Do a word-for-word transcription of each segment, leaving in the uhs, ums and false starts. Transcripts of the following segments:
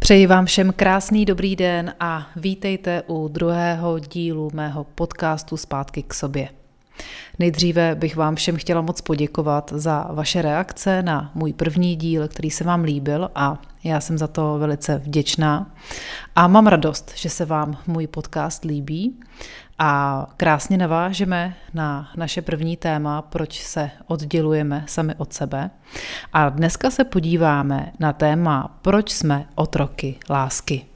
Přeji vám všem krásný dobrý den a vítejte u druhého dílu mého podcastu Zpátky k sobě. Nejdříve bych vám všem chtěla moc poděkovat za vaše reakce na můj první díl, který se vám líbil a já jsem za to velice vděčná. A mám radost, že se vám můj podcast líbí a krásně navážeme na naše první téma, proč se oddělujeme sami od sebe. A dneska se podíváme na téma, proč jsme otroky lásky.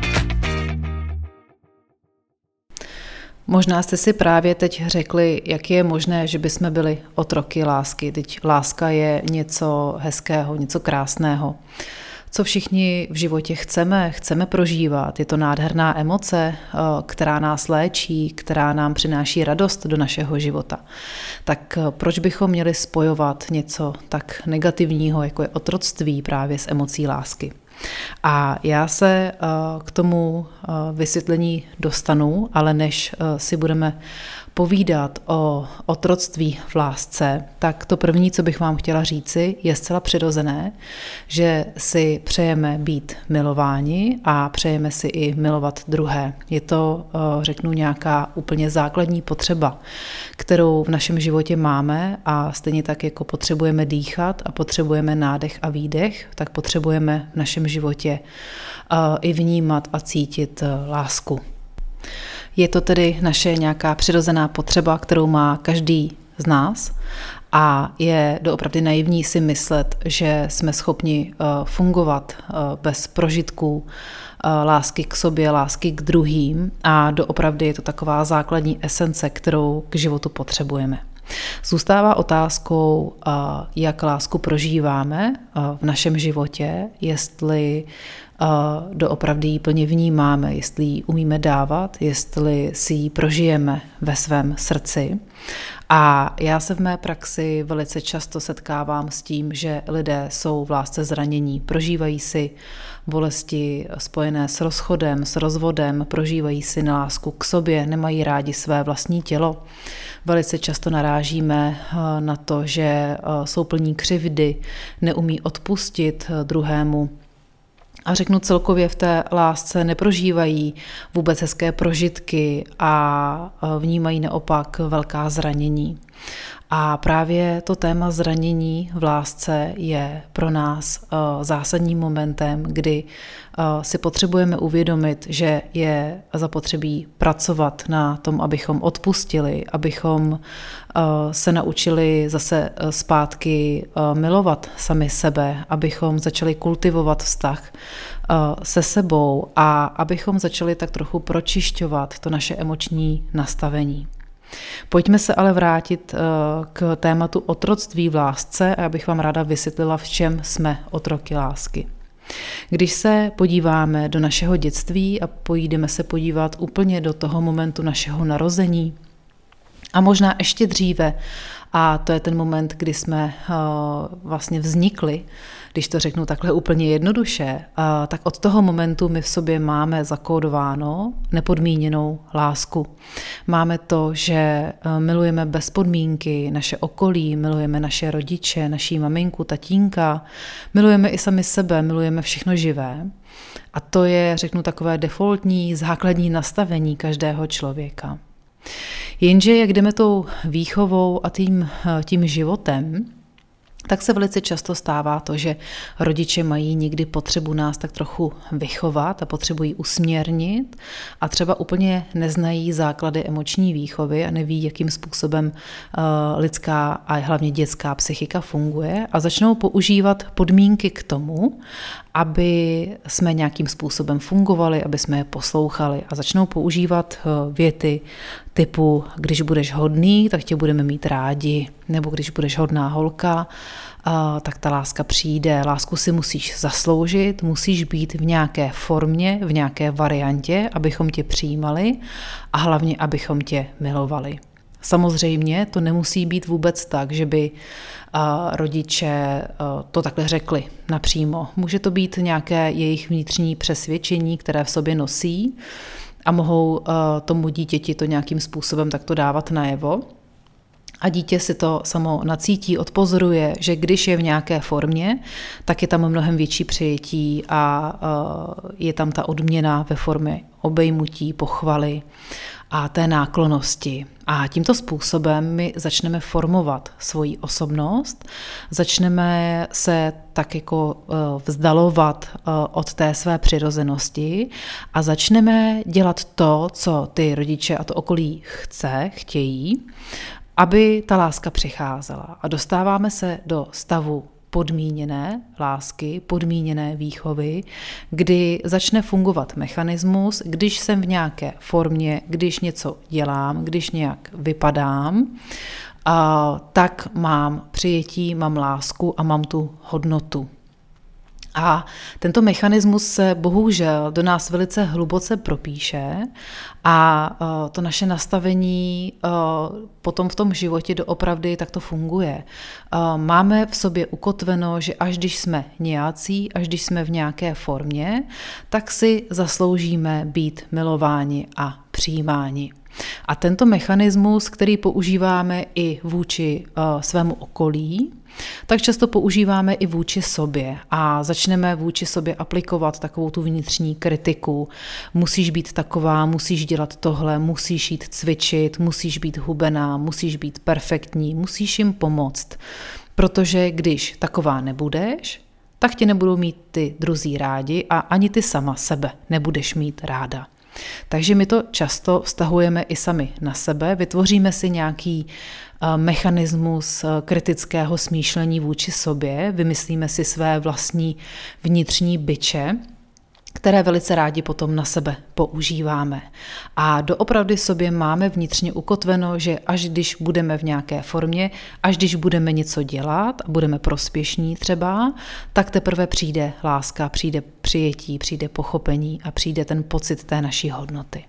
Možná jste si právě teď řekli, jak je možné, že bychom byli otroky lásky. Teď láska je něco hezkého, něco krásného, co všichni v životě chceme, chceme prožívat. Je to nádherná emoce, která nás léčí, která nám přináší radost do našeho života. Tak proč bychom měli spojovat něco tak negativního, jako je otroctví právě s emocí lásky? A já se k tomu vysvětlení dostanu, ale než si budeme povídat o otroctví v lásce, tak to první, co bych vám chtěla říci, je zcela přirozené, že si přejeme být milováni a přejeme si i milovat druhé. Je to, řeknu, nějaká úplně základní potřeba, kterou v našem životě máme a stejně tak, jako potřebujeme dýchat a potřebujeme nádech a výdech, tak potřebujeme v našem životě i vnímat a cítit lásku. Je to tedy naše nějaká přirozená potřeba, kterou má každý z nás a je doopravdy naivní si myslet, že jsme schopni fungovat bez prožitků lásky k sobě, lásky k druhým a doopravdy je to taková základní esence, kterou k životu potřebujeme. Zůstává otázkou, jak lásku prožíváme v našem životě, jestli doopravdy ji plně vnímáme, jestli ji umíme dávat, jestli si ji prožijeme ve svém srdci. A já se v mé praxi velice často setkávám s tím, že lidé jsou v lásce zranění, prožívají si bolesti spojené s rozchodem, s rozvodem, prožívají si nelásku k sobě, nemají rádi své vlastní tělo. Velice často narážíme na to, že jsou plní křivdy, neumí odpustit druhému. A řeknu celkově v té lásce neprožívají vůbec hezké prožitky a vnímají naopak velká zranění. A právě to téma zranění v lásce je pro nás zásadním momentem, kdy si potřebujeme uvědomit, že je zapotřebí pracovat na tom, abychom odpustili, abychom se naučili zase zpátky milovat sami sebe, abychom začali kultivovat vztah se sebou a abychom začali tak trochu pročišťovat to naše emoční nastavení. Pojďme se ale vrátit k tématu otroctví v lásce a já bych vám ráda vysvětlila, v čem jsme otroky lásky. Když se podíváme do našeho dětství a půjdeme se podívat úplně do toho momentu našeho narození a možná ještě dříve, a to je ten moment, kdy jsme vlastně vznikli, když to řeknu takhle úplně jednoduše, tak od toho momentu my v sobě máme zakódováno nepodmíněnou lásku. Máme to, že milujeme bez podmínky naše okolí, milujeme naše rodiče, naší maminku, tatínka, milujeme i sami sebe, milujeme všechno živé. A to je, řeknu, takové defaultní, základní nastavení každého člověka. Jenže jak jdeme tou výchovou a tím, tím životem, tak se velice často stává to, že rodiče mají někdy potřebu nás tak trochu vychovat a potřebují usměrnit a třeba úplně neznají základy emoční výchovy a neví, jakým způsobem lidská a hlavně dětská psychika funguje a začnou používat podmínky k tomu, aby jsme nějakým způsobem fungovali, aby jsme je poslouchali a začnou používat věty typu, když budeš hodný, tak tě budeme mít rádi, nebo když budeš hodná holka, tak ta láska přijde. Lásku si musíš zasloužit, musíš být v nějaké formě, v nějaké variantě, abychom tě přijímali a hlavně, abychom tě milovali. Samozřejmě to nemusí být vůbec tak, že by rodiče to takhle řekli napřímo. Může to být nějaké jejich vnitřní přesvědčení, které v sobě nosí a mohou tomu dítěti to nějakým způsobem takto dávat najevo. A dítě si to samo nacítí, odpozoruje, že když je v nějaké formě, tak je tam mnohem větší přijetí a je tam ta odměna ve formě obejmutí, pochvaly a té náklonnosti. A tímto způsobem my začneme formovat svoji osobnost, začneme se tak jako vzdalovat od té své přirozenosti a začneme dělat to, co ty rodiče a to okolí chce, chtějí, aby ta láska přicházela. A dostáváme se do stavu podmíněné lásky, podmíněné výchovy, kdy začne fungovat mechanismus, když jsem v nějaké formě, když něco dělám, když nějak vypadám, a tak mám přijetí, mám lásku a mám tu hodnotu. A tento mechanismus se bohužel do nás velice hluboce propíše a to naše nastavení potom v tom životě doopravdy takto funguje. Máme v sobě ukotveno, že až když jsme nějací, až když jsme v nějaké formě, tak si zasloužíme být milováni a přijímáni. A tento mechanismus, který používáme i vůči uh, svému okolí, tak často používáme i vůči sobě a začneme vůči sobě aplikovat takovou tu vnitřní kritiku. Musíš být taková, musíš dělat tohle, musíš jít cvičit, musíš být hubená, musíš být perfektní, musíš jim pomoct. Protože když taková nebudeš, tak tě nebudou mít ty druzí rádi a ani ty sama sebe nebudeš mít ráda. Takže my to často vztahujeme i sami na sebe, vytvoříme si nějaký mechanismus kritického smýšlení vůči sobě, vymyslíme si své vlastní vnitřní biče, které velice rádi potom na sebe používáme. A doopravdy sobě máme vnitřně ukotveno, že až když budeme v nějaké formě, až když budeme něco dělat a budeme prospěšní třeba, tak teprve přijde láska, přijde přijetí, přijde pochopení a přijde ten pocit té naší hodnoty.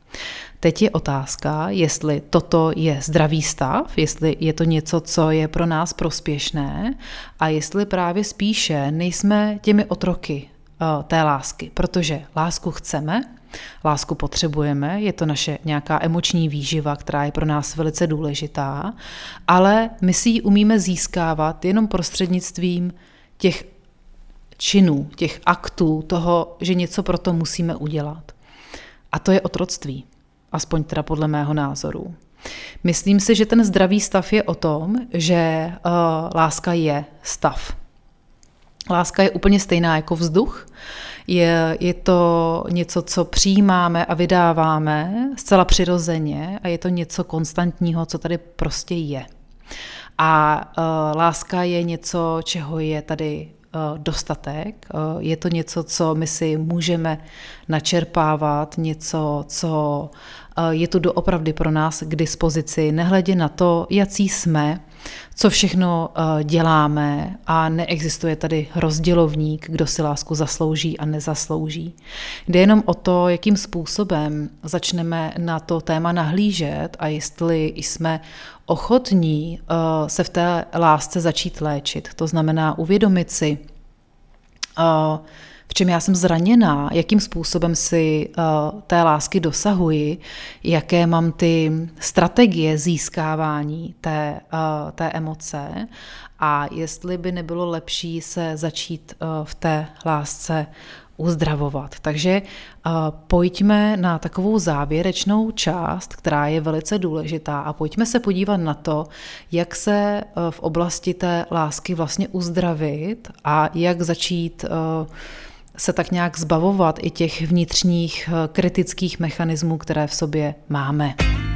Teď je otázka, jestli toto je zdravý stav, jestli je to něco, co je pro nás prospěšné a jestli právě spíše nejsme těmi otroky té lásky, protože lásku chceme, lásku potřebujeme, je to naše nějaká emoční výživa, která je pro nás velice důležitá, ale my si ji umíme získávat jenom prostřednictvím těch činů, těch aktů, toho, že něco pro to musíme udělat. A to je otroctví, aspoň teda podle mého názoru. Myslím si, že ten zdravý stav je o tom, že uh, láska je stav. Láska je úplně stejná jako vzduch. Je, je to něco, co přijímáme a vydáváme zcela přirozeně a je to něco konstantního, co tady prostě je. A uh, láska je něco, čeho je tady uh, dostatek. Uh, je to něco, co my si můžeme načerpávat, něco, co uh, je tu doopravdy pro nás k dispozici, nehledě na to, jací jsme, co všechno děláme a neexistuje tady rozdělovník, kdo si lásku zaslouží a nezaslouží. Jde jenom o to, jakým způsobem začneme na to téma nahlížet a jestli jsme ochotní se v té lásce začít léčit. To znamená uvědomit si, v čem já jsem zraněná, jakým způsobem si uh, té lásky dosahuji, jaké mám ty strategie získávání té, uh, té emoce a jestli by nebylo lepší se začít uh, v té lásce uzdravovat. Takže uh, pojďme na takovou závěrečnou část, která je velice důležitá a pojďme se podívat na to, jak se uh, v oblasti té lásky vlastně uzdravit a jak začít uh, se tak nějak zbavovat i těch vnitřních kritických mechanismů, které v sobě máme.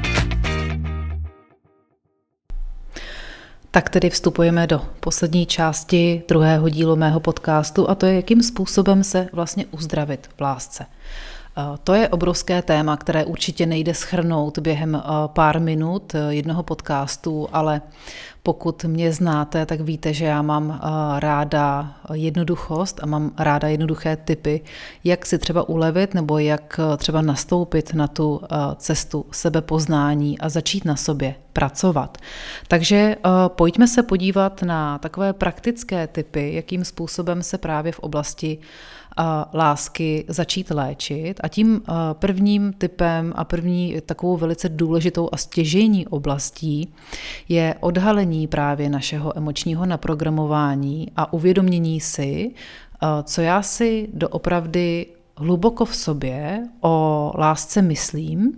Tak tedy vstupujeme do poslední části druhého dílu mého podcastu a to je, jakým způsobem se vlastně uzdravit v lásce. To je obrovské téma, které určitě nejde shrnout během pár minut jednoho podcastu, ale pokud mě znáte, tak víte, že já mám ráda jednoduchost a mám ráda jednoduché tipy, jak si třeba ulevit nebo jak třeba nastoupit na tu cestu sebepoznání a začít na sobě pracovat. Takže pojďme se podívat na takové praktické tipy, jakým způsobem se právě v oblasti lásky začít léčit. A tím prvním typem a první takovou velice důležitou a stěžejní oblastí je odhalení právě našeho emočního naprogramování a uvědomění si, co já si doopravdy hluboko v sobě o lásce myslím,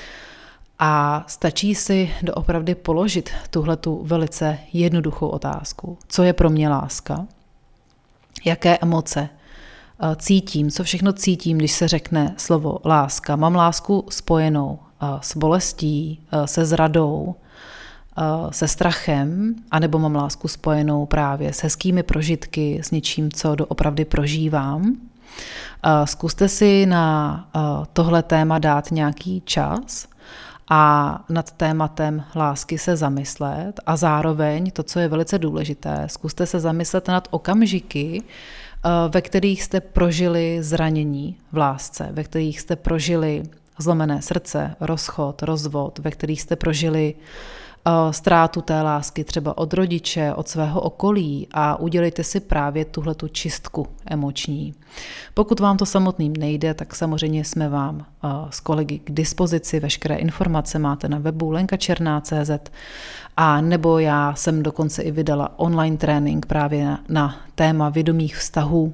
a stačí si doopravdy položit tuhletu velice jednoduchou otázku. Co je pro mě láska? Jaké emoce cítím? Co všechno cítím, když se řekne slovo láska? Mám lásku spojenou s bolestí, se zradou, se strachem, anebo mám lásku spojenou právě s hezkými prožitky, s něčím, co doopravdy prožívám? Zkuste si na tohle téma dát nějaký čas a nad tématem lásky se zamyslet a zároveň, to, co je velice důležité, zkuste se zamyslet nad okamžiky, ve kterých jste prožili zranění v lásce, ve kterých jste prožili zlomené srdce, rozchod, rozvod, ve kterých jste prožili ztrátu té lásky třeba od rodiče, od svého okolí a udělejte si právě tuhletu čistku emoční. Pokud vám to samotným nejde, tak samozřejmě jsme vám s kolegy k dispozici, veškeré informace máte na webu lenka černá tečka cé zet a nebo já jsem dokonce i vydala online trénink právě na, na téma vědomých vztahů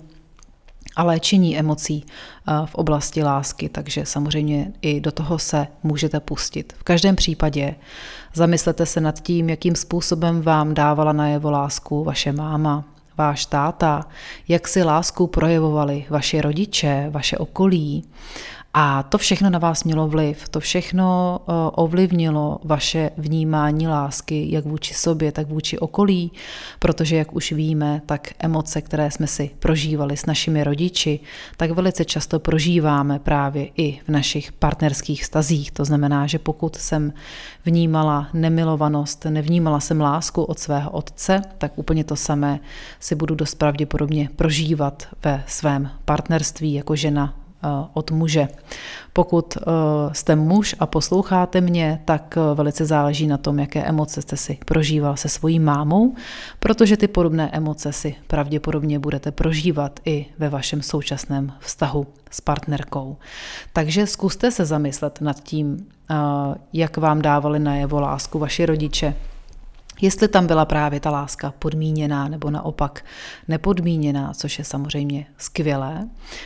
a léčení emocí v oblasti lásky, takže samozřejmě i do toho se můžete pustit. V každém případě zamyslete se nad tím, jakým způsobem vám dávala najevo lásku vaše máma, váš táta, jak si lásku projevovali vaši rodiče, vaše okolí. A to všechno na vás mělo vliv, to všechno ovlivnilo vaše vnímání lásky, jak vůči sobě, tak vůči okolí, protože jak už víme, tak emoce, které jsme si prožívali s našimi rodiči, tak velice často prožíváme právě i v našich partnerských vztazích. To znamená, že pokud jsem vnímala nemilovanost, nevnímala jsem lásku od svého otce, tak úplně to samé si budu dost pravděpodobně prožívat ve svém partnerství jako žena od muže. Pokud jste muž a posloucháte mě, tak velice záleží na tom, jaké emoce jste si prožíval se svojí mámou, protože ty podobné emoce si pravděpodobně budete prožívat i ve vašem současném vztahu s partnerkou. Takže zkuste se zamyslet nad tím, jak vám dávali najevo lásku vaši rodiče, jestli tam byla právě ta láska podmíněná nebo naopak nepodmíněná, což je samozřejmě skvělé.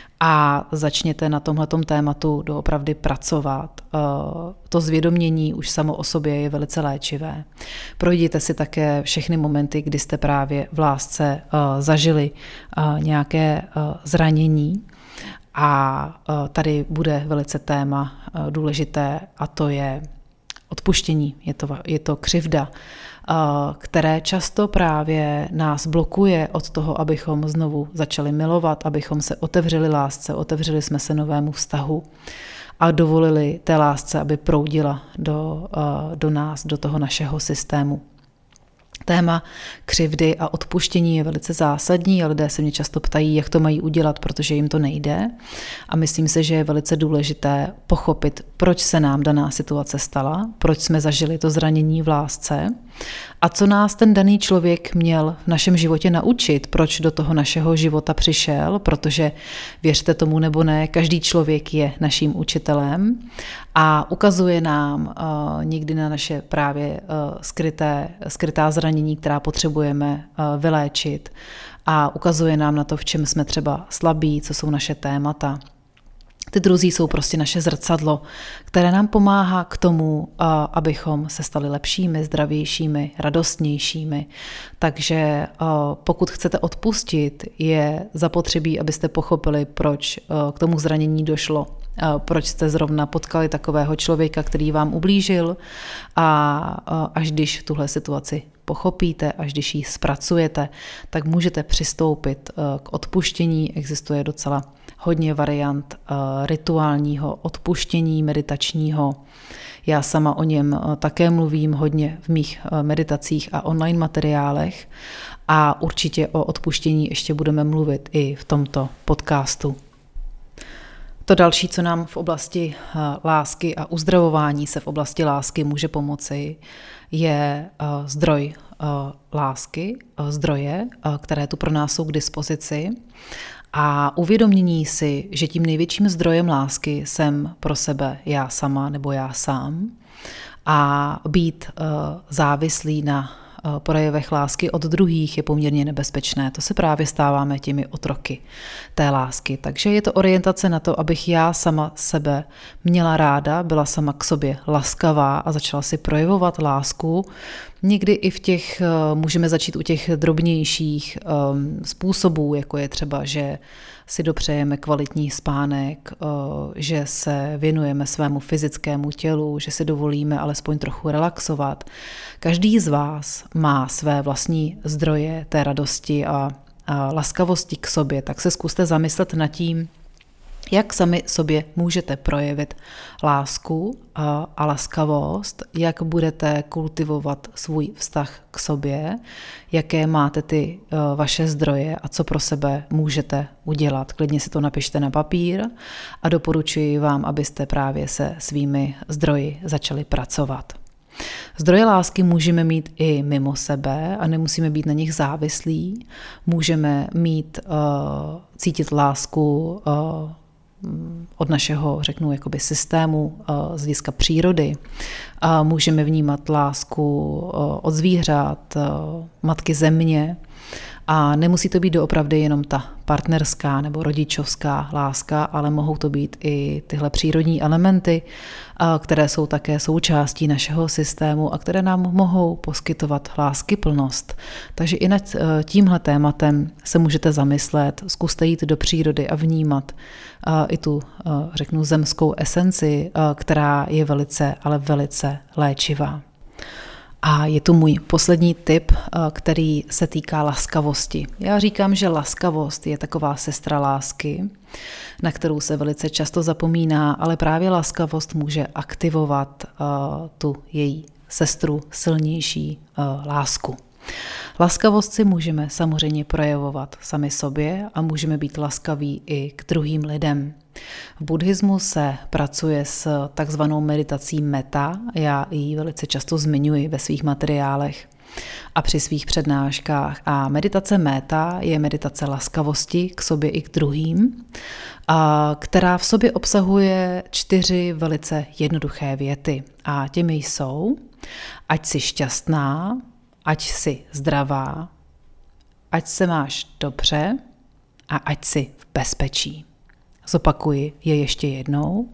A začněte na tomhletom tématu doopravdy pracovat. To zvědomění už samo o sobě je velice léčivé. Projděte si také všechny momenty, kdy jste právě v lásce zažili nějaké zranění. A tady bude velice téma důležité a to je odpuštění, je to, je to křivda, které často právě nás blokuje od toho, abychom znovu začali milovat, abychom se otevřeli lásce, otevřeli jsme se novému vztahu a dovolili té lásce, aby proudila do, do nás, do toho našeho systému. Téma křivdy a odpuštění je velice zásadní a lidé se mě často ptají, jak to mají udělat, protože jim to nejde. A myslím si, že je velice důležité pochopit, proč se nám daná situace stala, proč jsme zažili to zranění v lásce a co nás ten daný člověk měl v našem životě naučit, proč do toho našeho života přišel, protože věřte tomu nebo ne, každý člověk je naším učitelem a ukazuje nám uh, někdy na naše právě uh, skryté, skrytá zranění, která potřebujeme uh, vyléčit a ukazuje nám na to, v čem jsme třeba slabí, co jsou naše témata. Ty druzí jsou prostě naše zrcadlo, které nám pomáhá k tomu, abychom se stali lepšími, zdravějšími, radostnějšími. Takže pokud chcete odpustit, je zapotřebí, abyste pochopili, proč k tomu zranění došlo, proč jste zrovna potkali takového člověka, který vám ublížil a až když tuhle situaci pochopíte, až když ji zpracujete, tak můžete přistoupit k odpuštění. Existuje docela hodně variant rituálního odpuštění, meditačního. Já sama o něm také mluvím hodně v mých meditacích a online materiálech a určitě o odpuštění ještě budeme mluvit i v tomto podcastu. To další, co nám v oblasti lásky a uzdravování se v oblasti lásky může pomoci, je zdroj lásky, zdroje, které tu pro nás jsou k dispozici. A uvědomění si, že tím největším zdrojem lásky jsem pro sebe já sama nebo já sám a být uh, závislý na uh, projevech lásky od druhých je poměrně nebezpečné. To se právě stáváme těmi otroky té lásky. Takže je to orientace na to, abych já sama sebe měla ráda, byla sama k sobě laskavá a začala si projevovat lásku. Někdy i v těch, můžeme začít u těch drobnějších um, způsobů, jako je třeba, že si dopřejeme kvalitní spánek, uh, že se věnujeme svému fyzickému tělu, že si dovolíme alespoň trochu relaxovat. Každý z vás má své vlastní zdroje té radosti a, a laskavosti k sobě, tak se zkuste zamyslet nad tím, jak sami sobě můžete projevit lásku a, a laskavost, jak budete kultivovat svůj vztah k sobě, jaké máte ty uh, vaše zdroje a co pro sebe můžete udělat. Klidně si to napište na papír a doporučuji vám, abyste právě se svými zdroji začali pracovat. Zdroje lásky můžeme mít i mimo sebe a nemusíme být na nich závislí. Můžeme mít, uh, cítit lásku uh, od našeho, řeknu, jakoby systému z hlediska přírody. A můžeme vnímat lásku od zvířat, matky země a nemusí to být doopravdy jenom ta partnerská nebo rodičovská láska, ale mohou to být i tyhle přírodní elementy, které jsou také součástí našeho systému a které nám mohou poskytovat láskyplnost. Takže i nad tímhle tématem se můžete zamyslet, zkuste jít do přírody a vnímat i tu, řeknu, zemskou esenci, která je velice, ale velice léčivá. A je tu můj poslední tip, který se týká laskavosti. Já říkám, že laskavost je taková sestra lásky, na kterou se velice často zapomíná, ale právě laskavost může aktivovat uh, tu její sestru silnější uh, lásku. Laskavost si můžeme samozřejmě projevovat sami sobě a můžeme být laskaví i k druhým lidem. V buddhismu se pracuje s takzvanou meditací metta, já ji velice často zmiňuji ve svých materiálech a při svých přednáškách. A meditace metta je meditace laskavosti k sobě i k druhým, a která v sobě obsahuje čtyři velice jednoduché věty. A těmi jsou: ať jsi šťastná, ať jsi zdravá, ať se máš dobře a ať jsi v bezpečí. Zopakuji je ještě jednou.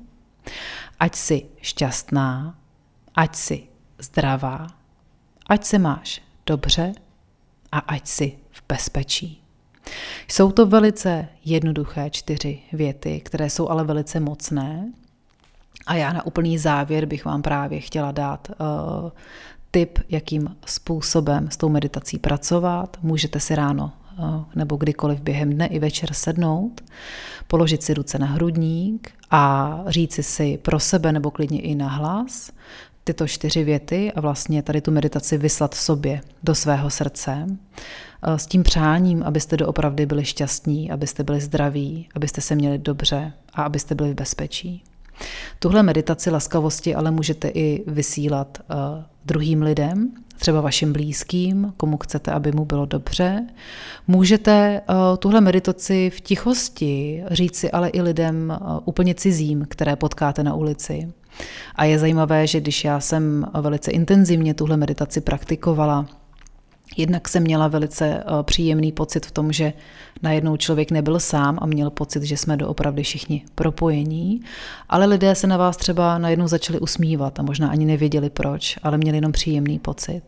Ať jsi šťastná, ať jsi zdravá, ať se máš dobře a ať jsi v bezpečí. Jsou to velice jednoduché čtyři věty, které jsou ale velice mocné. A já na úplný závěr bych vám právě chtěla dát uh, tip, jakým způsobem s tou meditací pracovat. Můžete si ráno nebo kdykoliv během dne i večer sednout, položit si ruce na hrudník a říci si pro sebe nebo klidně i nahlas tyto čtyři věty a vlastně tady tu meditaci vyslat sobě do svého srdce s tím přáním, abyste doopravdy byli šťastní, abyste byli zdraví, abyste se měli dobře a abyste byli v bezpečí. Tuhle meditaci laskavosti ale můžete i vysílat uh, druhým lidem, třeba vašim blízkým, komu chcete, aby mu bylo dobře. Můžete uh, tuhle meditaci v tichosti říci ale i lidem uh, úplně cizím, které potkáte na ulici. A je zajímavé, že když já jsem velice intenzivně tuhle meditaci praktikovala, jednak jsem měla velice příjemný pocit v tom, že najednou člověk nebyl sám a měl pocit, že jsme doopravdy všichni propojení, ale lidé se na vás třeba najednou začali usmívat a možná ani nevěděli proč, ale měli jenom příjemný pocit.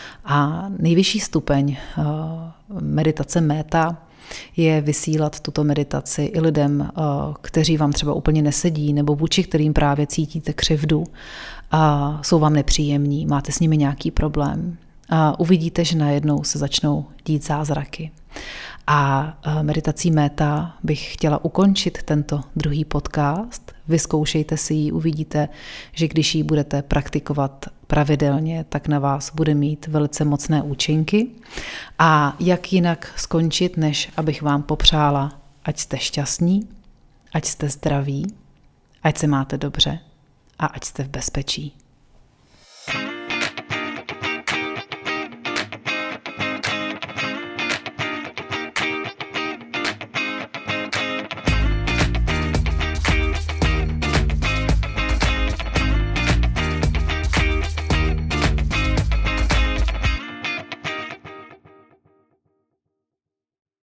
A nejvyšší stupeň meditace metta je vysílat tuto meditaci i lidem, kteří vám třeba úplně nesedí nebo vůči kterým právě cítíte křivdu a jsou vám nepříjemní, máte s nimi nějaký problém. A uvidíte, že najednou se začnou dít zázraky. A meditací metta bych chtěla ukončit tento druhý podcast. Vyzkoušejte si ji, uvidíte, že když ji budete praktikovat pravidelně, tak na vás bude mít velice mocné účinky. A jak jinak skončit, než abych vám popřála, ať jste šťastní, ať jste zdraví, ať se máte dobře a ať jste v bezpečí.